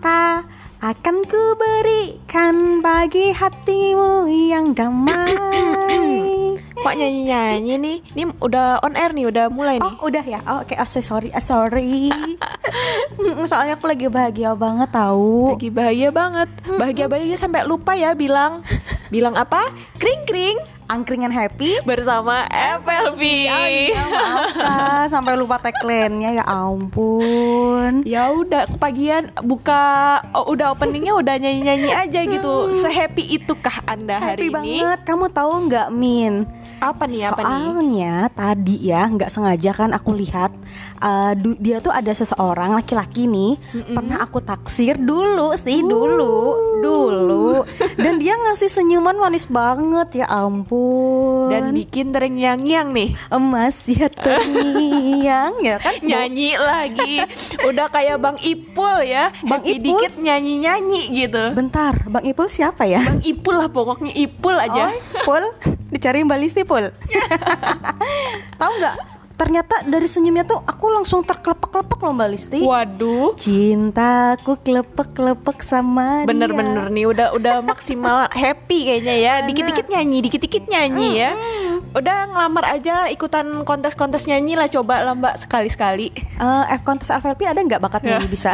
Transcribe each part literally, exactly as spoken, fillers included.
cinta akan ku berikan bagi hatimu yang damai. Kok nyanyi-nyanyi nih? Ini udah on air nih, udah mulai nih. Oh udah ya, oh, oke, okay. oh, sorry, oh, sorry. Soalnya aku lagi bahagia banget tahu. Lagi bahagia banget, bahagia-bahagia sampai lupa ya bilang, bilang apa? Kring-kring. Angkringan happy bersama F L V. Oh, iya, maaf Kak, sampai lupa tagline-nya, ya ampun. Ya udah kepagian buka, oh, udah openingnya udah nyanyi-nyanyi aja gitu. Se-happy itukah Anda hari happy ini? Happy banget. Kamu tahu nggak Min? Apa nih? Apa Soalnya nih? tadi ya nggak sengaja kan aku lihat uh, du- dia tuh ada seseorang laki-laki nih, Mm-mm. pernah aku taksir dulu sih uh. dulu dulu dan dia ngasih senyuman manis banget, ya ampun. Dan bikin terngiang-ngiang nih, emas ya terngiang ya kan. Nyanyi lagi. Udah kayak Bang Ipul ya, Bang Ipul dikit nyanyi-nyanyi gitu. Bentar, Bang Ipul siapa ya? Bang Ipul lah, pokoknya Ipul aja. Oh, Ipul, dicari Mbak Listi Pul. Tahu nggak? Ternyata dari senyumnya tuh aku langsung terkelepek-kelepek loh Mbak Listi. Waduh, cintaku kelepek-kelepek sama dia. Bener-bener nih udah udah maksimal happy kayaknya ya. Dikit-dikit nyanyi, dikit-dikit nyanyi ya. Udah ngelamar aja ikutan kontes-kontes nyanyi lah, coba lah Mbak sekali-sekali. uh, F kontes F L P ada nggak bakat nyanyi bisa?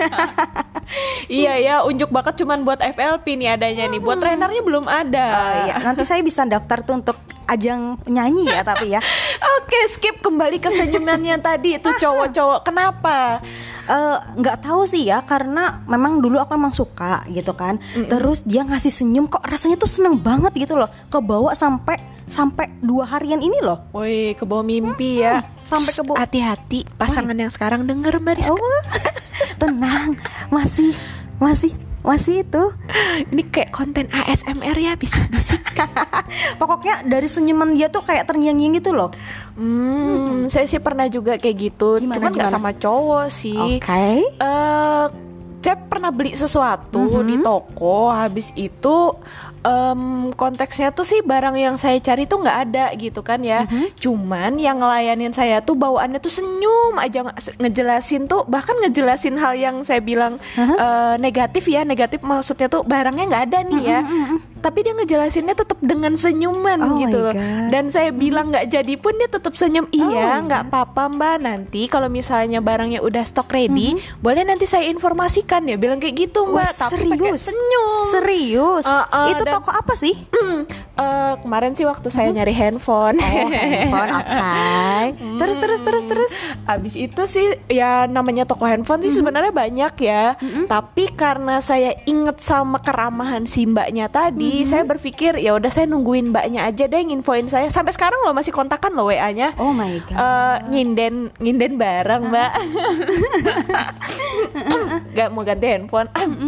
Iya ya, unjuk bakat cuman buat F L P nih adanya nih. Buat trainernya belum ada. uh, ya, Nanti saya bisa daftar tuh untuk ajang nyanyi ya tapi ya. Oke, skip kembali ke senyumannya tadi. Itu cowok-cowok kenapa? Nggak uh, tahu sih ya, karena memang dulu aku emang suka gitu kan. Mm-mm. Terus dia ngasih senyum kok rasanya tuh seneng banget gitu loh. Kebawa sampai sampai dua harian ini loh. Woi, kebawa mimpi ya. Sampai kebawa. Hati-hati pasangan Woy. Yang sekarang denger Mbak Rizka. Oh, tenang, masih masih masih itu. Ini kayak konten A S M R ya, bisik-bisik. Pokoknya dari senyuman dia tuh kayak terngiang-ngiang gitu loh. Hmm, hmm. Saya sih pernah juga kayak gitu. Gimana, Cuman gimana? Gak sama cowok sih. Oke. Okay. Uh, saya pernah beli sesuatu mm-hmm. di toko. Habis itu um, konteksnya tuh sih barang yang saya cari tuh nggak ada gitu kan ya. Mm-hmm. Cuman yang ngelayanin saya tuh bawaannya tuh senyum aja, ngejelasin tuh, bahkan ngejelasin hal yang saya bilang uh-huh. uh, negatif ya. Negatif maksudnya tuh barangnya nggak ada nih ya. Mm-hmm. Tapi dia ngejelasinnya tetap dengan senyuman oh gitu loh. Dan saya bilang nggak jadi pun dia tetap senyum. Iya, nggak oh apa-apa Mbak. Nanti kalau misalnya barangnya udah stok ready, mm-hmm. boleh nanti saya informasikan ya. Bilang kayak gitu Mbak. Oh, tapi pakai senyum. Serius? Uh, uh, Itu dan, toko apa sih? uh, kemarin sih waktu saya nyari handphone. Oh, handphone, oke. Okay. Terus terus terus terus. Abis itu sih ya namanya toko handphone sih mm-hmm. sebenarnya banyak ya. Mm-hmm. Tapi karena saya inget sama keramahan si mbaknya tadi, mm-hmm. saya berpikir ya udah saya nungguin mbaknya aja deh nginfoin saya. Sampai sekarang loh masih kontakan loh W A-nya. Oh my god. Uh, nginden nginden barang Mbak. Gak mau ganti handphone.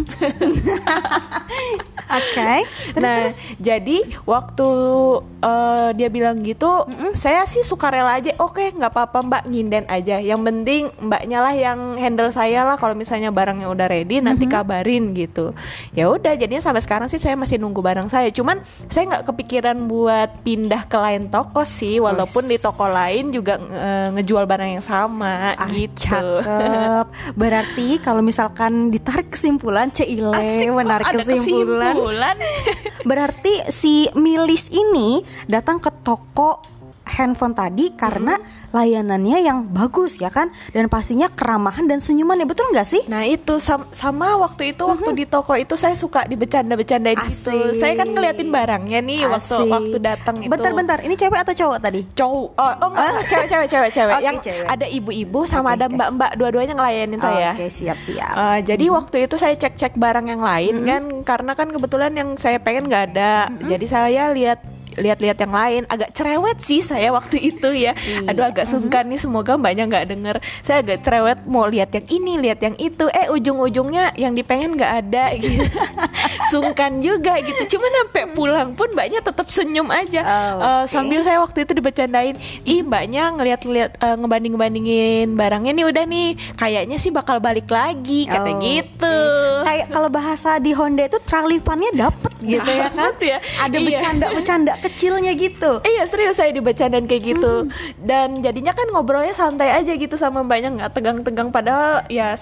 Oke. Okay. Terus nah, terus. Jadi waktu uh, dia bilang gitu, mm-hmm. saya sih sukarela aja. Oke, nggak apa-apa Mbak, nginden aja. Yang penting Mbaknya lah yang handle saya lah. Kalau misalnya barangnya udah ready, mm-hmm. nanti kabarin gitu. Ya udah, jadinya sampai sekarang sih saya masih nunggu barang saya. Cuman saya nggak kepikiran buat pindah ke lain toko sih, walaupun oh, di toko lain juga uh, ngejual barang yang sama ah, gitu. Cakep. Berarti kalau misalkan ditarik kesimpulan, Cile menarik kesimpulan. kesimpulan. Berarti si Milis ini datang ke toko handphone tadi karena hmm. layanannya yang bagus ya kan, dan pastinya keramahan dan senyuman ya, betul nggak sih? Nah itu sam- sama waktu itu waktu mm-hmm. di toko itu saya suka dibecanda-becandain gitu. Saya kan ngeliatin barangnya nih waktu waktu datang itu. Bentar-bentar, ini cewek atau cowok tadi? Cowok. Oh, oh enggak, uh. cewek cewek cewek cewek. Okay, yang cewek. Ada ibu-ibu sama okay, ada okay. mbak-mbak, dua-duanya ngelayanin oh, saya. Oke, okay, siap-siap. Uh, jadi mm-hmm. waktu itu saya cek-cek barang yang lain mm-hmm. kan, karena kan kebetulan yang saya pengen nggak ada. Mm-hmm. Jadi saya lihat lihat-lihat yang lain, agak cerewet sih saya waktu itu ya. Iya. Aduh agak sungkan nih, semoga mbaknya nggak denger. Saya agak cerewet mau lihat yang ini, lihat yang itu. Eh ujung-ujungnya yang dipengen nggak ada gitu. Sungkan juga gitu. Cuman sampai pulang pun mbaknya tetap senyum aja. Oh, okay. uh, sambil saya waktu itu dibecandain, ih mbaknya ngeliat-ngeliat uh, ngebanding-bandingin barangnya nih, udah nih kayaknya sih bakal balik lagi kata oh, gitu. Okay. Kayak kalau bahasa di Honda itu tralifannya dapet gitu ya kan? Ya? Ada iya. bercanda-bercanda kecilnya gitu. Iya serius saya dibecandain kayak gitu. hmm. Dan jadinya kan ngobrolnya santai aja gitu sama mbaknya, nggak tegang-tegang. Padahal ya saya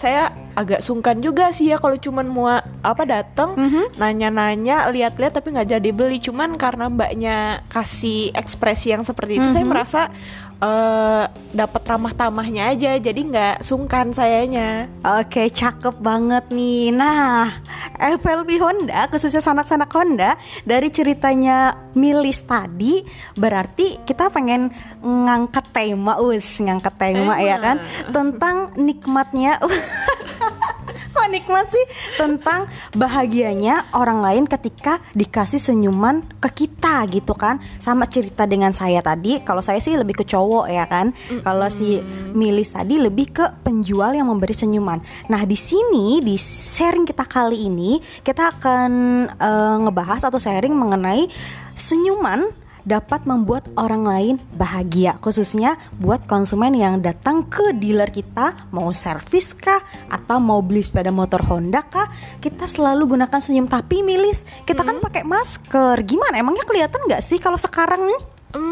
agak sungkan juga sih ya kalau cuman mau apa datang mm-hmm. nanya-nanya, lihat-lihat tapi nggak jadi beli. Cuman karena mbaknya kasih ekspresi yang seperti itu, mm-hmm. saya merasa Uh, dapat ramah tamahnya aja, jadi nggak sungkan sayanya. Oke, cakep banget nih. Nah, F L V Honda, khususnya sanak-sanak Honda, dari ceritanya Milis tadi, berarti kita pengen ngangkat tema, us, ngangkat tema, tema. ya kan, tentang nikmatnya. Kok nikmat sih? Tentang bahagianya orang lain ketika dikasih senyuman ke kita gitu kan. Sama cerita dengan saya tadi, kalau saya sih lebih ke cowok ya kan. Mm-hmm. Kalau si Milis tadi lebih ke penjual yang memberi senyuman. Nah, di sini di sharing kita kali ini kita akan uh, ngebahas atau sharing mengenai senyuman dapat membuat orang lain bahagia, khususnya buat konsumen yang datang ke dealer kita, mau servis kah atau mau beli sepeda motor Honda kah, kita selalu gunakan senyum. Tapi Milis, kita hmm. kan pakai masker, gimana emangnya kelihatan nggak sih kalau sekarang nih?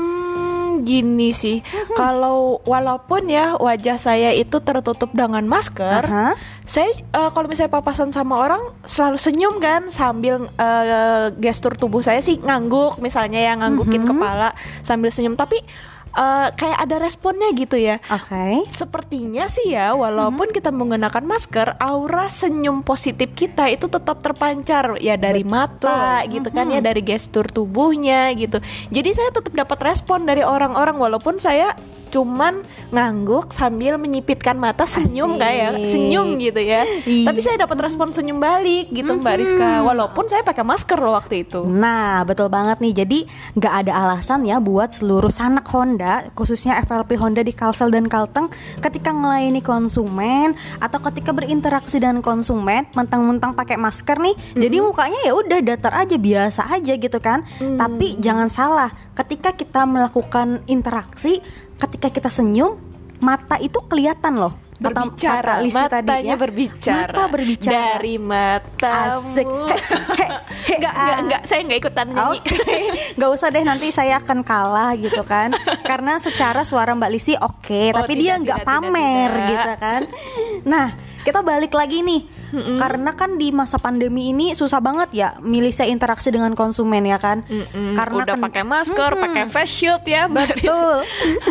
Hmm, gini sih, uh-huh. kalau walaupun ya wajah saya itu tertutup dengan masker, uh-huh. saya uh, kalau misalnya papasan sama orang selalu senyum kan, sambil uh, gestur tubuh saya sih ngangguk, misalnya ya nganggukin uh-huh. kepala sambil senyum, tapi Uh, kayak ada responnya gitu ya. Oke. Okay. Sepertinya sih ya, walaupun mm-hmm. kita menggunakan masker, aura senyum positif kita itu tetap terpancar ya dari Betul. mata gitu mm-hmm. kan ya, dari gestur tubuhnya gitu. Jadi saya tetap dapat respon dari orang-orang walaupun saya cuman ngangguk sambil menyipitkan mata, senyum kayak senyum gitu ya. Ih. Tapi saya dapat respon senyum balik gitu mm-hmm. Mbak Rizka, walaupun saya pakai masker loh waktu itu. Nah, betul banget nih. Jadi nggak ada alasan ya buat seluruh sanak Honda, khususnya F L V Honda di Kalsel dan Kalteng, ketika melayani konsumen atau ketika berinteraksi dengan konsumen mentang-mentang pakai masker nih, mm-hmm. jadi mukanya ya udah datar aja, biasa aja gitu kan. Mm. Tapi jangan salah, ketika kita melakukan interaksi, ketika kita senyum, mata itu kelihatan loh. Berbicara, mata matanya tadi, ya. berbicara. Mata berbicara dari matamu. Asik. Enggak, enggak, enggak, saya enggak ikutan nyanyi. Okay. Enggak usah deh, nanti saya akan kalah gitu kan. Karena secara suara Mbak Lisi oke, okay, oh, tapi tidak, dia enggak pamer tidak. gitu kan. Nah, kita balik lagi nih. Mm-mm. Karena kan di masa pandemi ini susah banget ya Milisnya interaksi dengan konsumen ya kan. Mm-mm. Karena udah kan, pakai masker, mm-hmm. pakai face shield ya. Betul.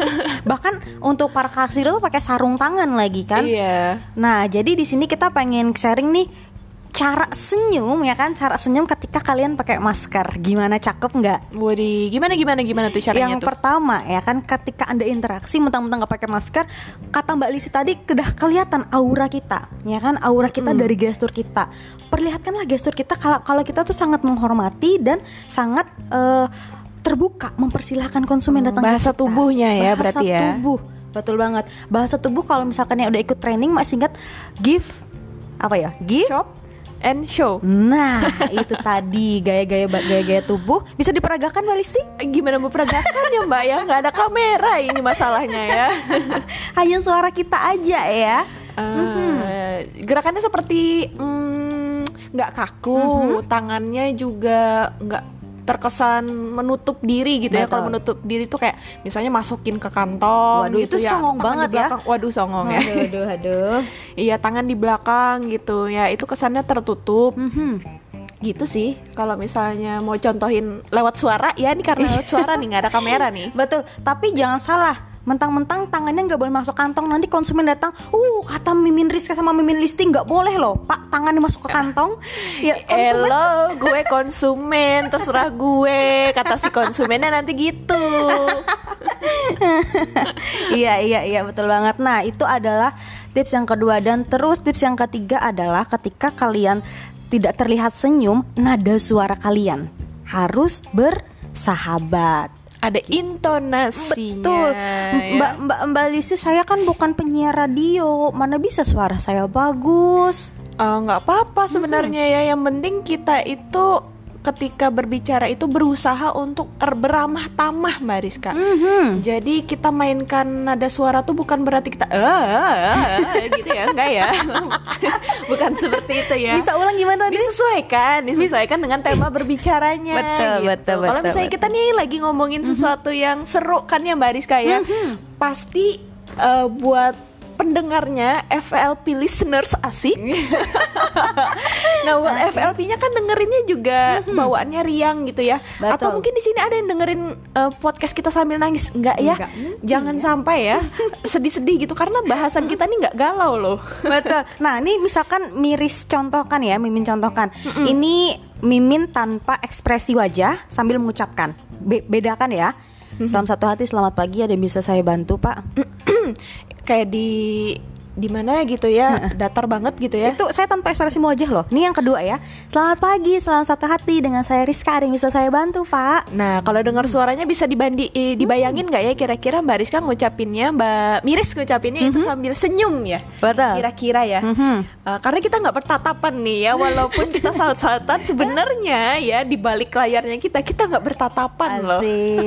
Bahkan untuk para kasir itu pakai sarung tangan lagi kan. Iya. Nah, jadi di sini kita pengen sharing nih cara senyum ya kan, cara senyum ketika kalian pakai masker. Gimana, cakep nggak? Wadi, gimana gimana gimana tuh caranya? Yang tuh? pertama ya kan, ketika Anda interaksi mentang-mentang nggak pakai masker, kata Mbak Lisi tadi udah kelihatan aura kita, ya kan, aura kita hmm. dari gestur kita. Perlihatkanlah gestur kita kalau kalau kita tuh sangat menghormati dan sangat uh, terbuka, mempersilahkan konsumen datang hmm, bahasa ke kita. tubuhnya ya, bahasa berarti ya. Bahasa tubuh, betul banget. Bahasa tubuh kalau misalkan yang udah ikut training masih ingat give apa ya? Give Shop and show. Nah, itu tadi gaya-gaya gaya-gaya tubuh bisa diperagakan Mbak Listi? Gimana mau peragakannya Mbak ya? Nggak ada kamera ini masalahnya ya. Hanya suara kita aja ya. Uh, mm-hmm. Gerakannya seperti nggak mm, kaku, mm-hmm. tangannya juga nggak terkesan menutup diri gitu. Betul. Ya. Kalau menutup diri tuh kayak misalnya masukin ke kantong. Waduh, gitu itu ya, songong banget ya. Waduh, songong ya. Aduh, aduh, aduh. Iya, tangan di belakang gitu ya, itu kesannya tertutup. Mm-hmm. Gitu sih. Kalau misalnya mau contohin lewat suara, ya ini karena lewat suara nih, nggak ada kamera nih. Betul. Tapi jangan salah, mentang-mentang tangannya nggak boleh masuk kantong, nanti konsumen datang, uh kata Mimin Rizka sama Mimin Listi nggak boleh loh Pak tangannya masuk ke kantong. Ya konsumen. Hello, gue konsumen, terserah gue, kata si konsumennya nanti gitu. Iya iya iya betul banget. Nah, itu adalah tips yang kedua. Dan terus tips yang ketiga adalah ketika kalian tidak terlihat senyum, nada suara kalian harus bersahabat. Ada intonasinya. Betul. Mbak Mbak Mbak Lisi, saya kan bukan penyiar radio, mana bisa suara saya bagus. Uh, nggak apa-apa sebenarnya hmm. ya. Yang penting kita itu ketika berbicara itu berusaha untuk beramah tamah Mbak Rizka. Mm-hmm. Jadi kita mainkan nada suara tuh bukan berarti kita ah gitu ya, enggak ya. Bukan seperti itu ya. Bisa ulang gimana tadi? Disesuaikan, disesuaikan dengan tema berbicaranya. Betul, gitu. betul, betul. Kalau misalnya betul. kita nih lagi ngomongin sesuatu mm-hmm. yang seru kan ya Mbak Rizka ya, mm-hmm. pasti uh, buat pendengarnya F L P listeners asik. Nah, buat F L P-nya kan dengerinnya juga bawaannya riang gitu ya. Betul. Atau mungkin di sini ada yang dengerin uh, podcast kita sambil nangis. Enggak ya? Enggak. Jangan sampai ya sedih-sedih gitu karena bahasan kita nih nggak galau loh. Betul. Nah, ini misalkan Miris contohkan ya, Mimin contohkan. Mm-mm. Ini Mimin tanpa ekspresi wajah sambil mengucapkan. Be- bedakan ya. Mm-hmm. Salam satu hati, selamat pagi, ada yang bisa saya bantu, Pak? Kayak di di mana gitu ya, datar banget gitu ya. Itu saya tanpa ekspresi wajah loh. Ini yang kedua ya. Selamat pagi, selamat satu hati, dengan saya Rizka, ada yang bisa saya bantu, Pak? Nah, kalau dengar suaranya bisa dibandi eh, dibayangin nggak ya kira-kira Mbak Rizka ngucapinnya, Mbak Miris ngucapinnya mm-hmm. itu sambil senyum ya? Betul. Kira-kira ya. Mm-hmm. Uh, karena kita nggak bertatapan nih ya, walaupun kita saut-sautan sebenarnya ya di balik layarnya kita kita nggak bertatapan. Asik. Loh.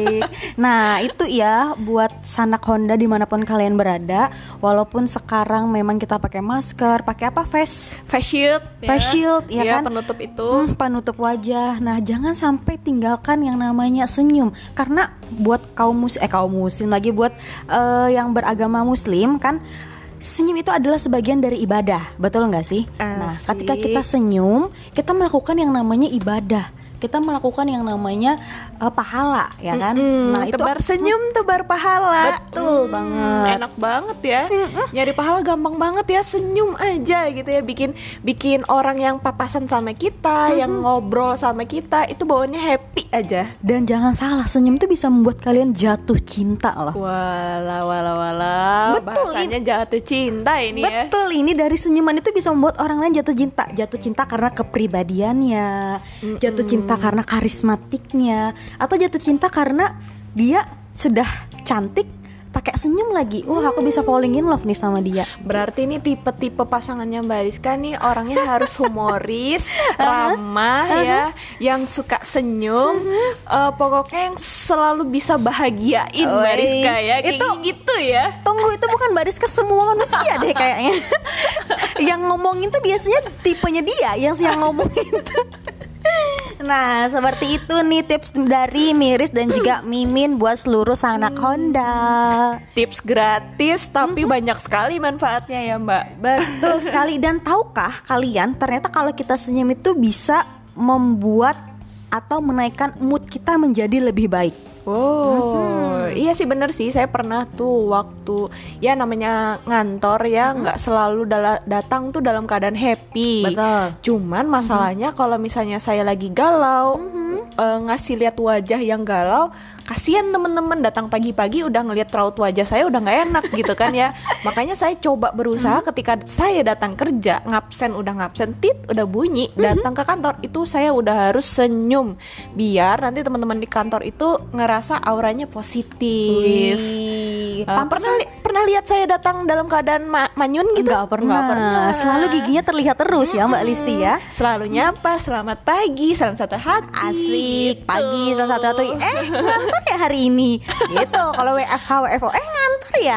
Nah, itu ya buat sanak Honda dimanapun kalian berada, walaupun sekarang memang kita pakai masker, pakai apa, face face shield, face shield ya, ya kan, penutup itu, hmm, penutup wajah. Nah, jangan sampai tinggalkan yang namanya senyum, karena buat kaum mus eh kaum muslim lagi buat uh, yang beragama muslim kan, senyum itu adalah sebagian dari ibadah, betul nggak sih? Asik. Nah, ketika kita senyum, kita melakukan yang namanya ibadah. Kita melakukan yang namanya uh, pahala, ya kan? Mm-mm, nah, itu tebar senyum, tebar pahala. Betul mm, banget. Enak banget ya. Mm-mm. Nyari pahala gampang banget ya, senyum aja gitu ya. Bikin bikin orang yang papasan sama kita, mm-hmm. yang ngobrol sama kita, itu bawaannya happy aja. Dan jangan salah, senyum itu bisa membuat kalian jatuh cinta loh. Wala wala wala. Betul, bahasanya ini, jatuh cinta ini betul, ya. Betul, ini dari senyuman itu bisa membuat orang lain jatuh cinta. Jatuh cinta karena kepribadiannya, mm-mm. jatuh cinta karena karismatiknya, atau jatuh cinta karena dia sudah cantik pakai senyum lagi. Wah, aku bisa falling in love nih sama dia. Berarti ini tipe-tipe pasangannya Mbak Rizka nih orangnya harus humoris, ramah ya, yang suka senyum, uh, pokoknya yang selalu bisa bahagiain oh, Mbak Rizka ya. Kayak itu gitu ya. Tunggu, itu bukan Mbak Rizka, semua manusia deh kayaknya. Yang ngomongin tuh biasanya tipenya dia, yang yang ngomongin tuh. Nah, seperti itu nih tips dari Miris dan juga Mimin buat seluruh sanak Honda. Tips gratis tapi mm-hmm. banyak sekali manfaatnya ya, Mbak. Betul sekali. Dan tahukah kalian ternyata kalau kita senyum itu bisa membuat atau menaikkan mood kita menjadi lebih baik. Oh, mm-hmm. iya sih, bener sih. Saya pernah tuh waktu ya namanya ngantor ya, nggak mm-hmm. selalu dala- datang tuh dalam keadaan happy. Betul. Cuman masalahnya mm-hmm. kalau misalnya saya lagi galau, mm-hmm. uh, ngasih lihat wajah yang galau, kasihan temen-temen datang pagi-pagi udah ngelihat raut wajah saya udah nggak enak gitu kan ya. Makanya saya coba berusaha ketika saya datang kerja, ngabsen udah ngabsen, tit udah bunyi, datang ke kantor itu saya udah harus senyum biar nanti teman-teman di kantor itu ngerasa auranya positif. Uh, pernah li- pernah lihat saya datang dalam keadaan ma- manyun gitu? Nggak pernah. Nggak pernah. Selalu giginya terlihat terus ya Mbak Listi ya. Selalu nyapa, selamat pagi, salam satu hati. Asik, gitu. Pagi, salam satu hati. Eh, ngantor ya hari ini gitu. Kalau W F H W F O eh ngantor ya.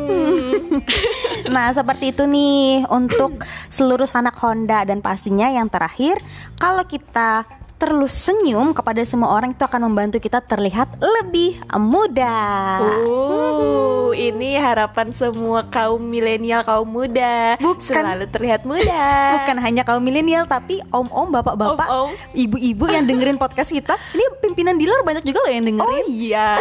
Nah, seperti itu nih untuk seluruh sanak Honda. Dan pastinya yang terakhir, kalau kita terus senyum kepada semua orang itu akan membantu kita terlihat lebih muda. Uh, ini harapan semua kaum milenial, kaum muda. Bukan, selalu terlihat muda. Bukan hanya kaum milenial, tapi om-om, bapak-bapak, om-om, ibu-ibu yang dengerin podcast kita. Ini pimpinan dealer banyak juga loh yang dengerin. Oh iya.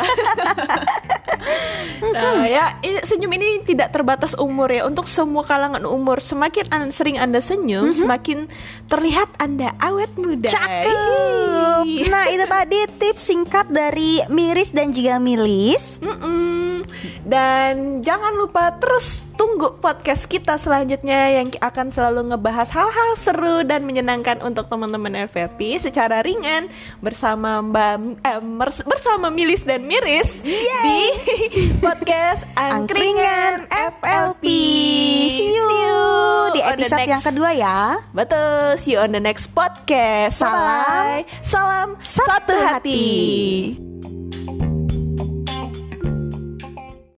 Nah ya, ini, senyum ini tidak terbatas umur ya. Untuk semua kalangan umur, semakin an- sering Anda senyum, mm-hmm. semakin terlihat Anda awet muda. Cakep. Nah, itu tadi tips singkat dari Miris dan juga Milis. Mm-mm. Dan jangan lupa terus tunggu podcast kita selanjutnya yang akan selalu ngebahas hal-hal seru dan menyenangkan untuk teman-teman F L P secara ringan bersama Mbak eh, bersama Milis dan Miris. Yeay. Di podcast Angkringan F L P. See you, see you di episode yang kedua ya. Betul, see you on the next podcast. Salam, Bye. Salam satu hati.